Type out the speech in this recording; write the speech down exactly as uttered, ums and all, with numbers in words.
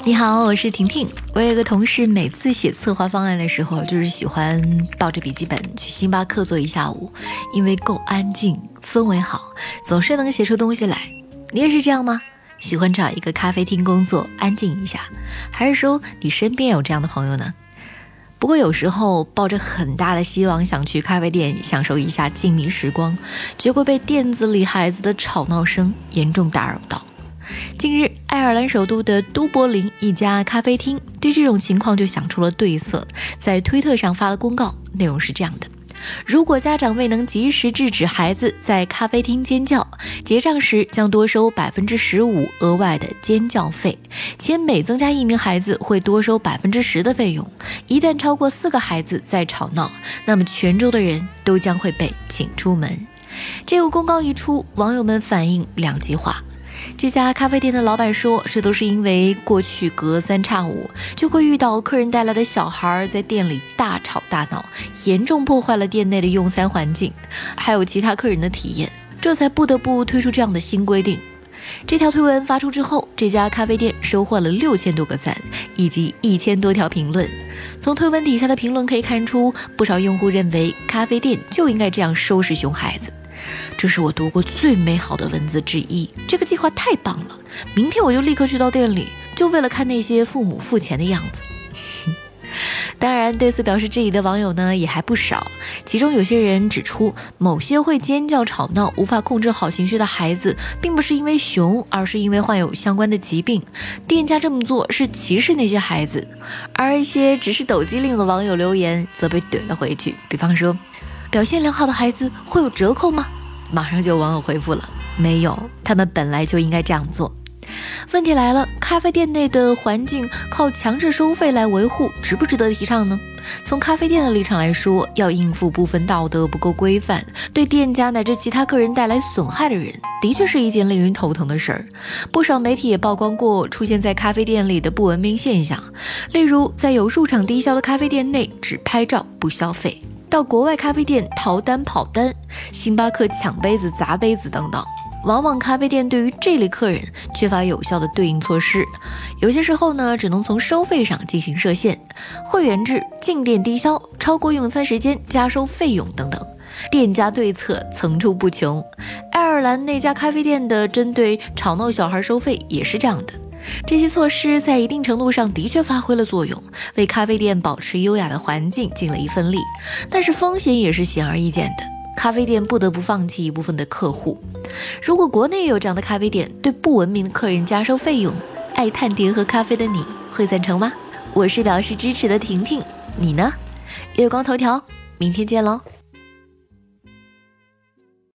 你好，我是婷婷。我有一个同事，每次写策划方案的时候，就是喜欢抱着笔记本去星巴克坐一下午，因为够安静，氛围好，总是能写出东西来。你也是这样吗？喜欢找一个咖啡厅工作，安静一下，还是说你身边有这样的朋友呢？不过有时候抱着很大的希望想去咖啡店享受一下静谧时光，结果被店子里孩子的吵闹声严重打扰到。近日，爱尔兰首都的都柏林一家咖啡厅对这种情况就想出了对策，在推特上发了公告，内容是这样的：如果家长未能及时制止孩子在咖啡厅尖叫，结账时将多收 百分之十五 额外的尖叫费，且每增加一名孩子会多收 百分之十 的费用。一旦超过四个孩子在吵闹，那么全州的人都将会被请出门。这个公告一出，网友们反应两极化。这家咖啡店的老板说，这都是因为过去隔三差五就会遇到客人带来的小孩在店里大吵大闹，严重破坏了店内的用餐环境，还有其他客人的体验，这才不得不推出这样的新规定。这条推文发出之后，这家咖啡店收获了六千多个赞，以及一千多条评论。从推文底下的评论可以看出，不少用户认为咖啡店就应该这样收拾熊孩子。这是我读过最美好的文字之一，这个计划太棒了，明天我就立刻去到店里，就为了看那些父母付钱的样子。当然，对此表示质疑的网友呢也还不少，其中有些人指出，某些会尖叫吵闹无法控制好情绪的孩子并不是因为熊，而是因为患有相关的疾病，店家这么做是歧视那些孩子。而一些只是抖机灵的网友留言则被怼了回去，比方说，表现良好的孩子会有折扣吗？马上就有网友回复了，没有，他们本来就应该这样做。问题来了，咖啡店内的环境靠强制收费来维护，值不值得提倡呢？从咖啡店的立场来说，要应付部分道德不够规范，对店家乃至其他客人带来损害的人，的确是一件令人头疼的事儿。不少媒体也曝光过出现在咖啡店里的不文明现象，例如在有入场低消的咖啡店内只拍照不消费，到国外咖啡店逃单跑单，星巴克抢杯子砸杯子等等。往往咖啡店对于这类客人缺乏有效的对应措施，有些时候呢，只能从收费上进行设限，会员制、进店低消、超过用餐时间加收费用等等。店家对策层出不穷，爱尔兰那家咖啡店的针对吵闹小孩收费也是这样的。这些措施在一定程度上的确发挥了作用，为咖啡店保持优雅的环境尽了一份力，但是风险也是显而易见的，咖啡店不得不放弃一部分的客户。如果国内也有这样的咖啡店对不文明的客人加收费用，爱探店喝咖啡的你会赞成吗？我是表示支持的婷婷，你呢？月光头条，明天见喽。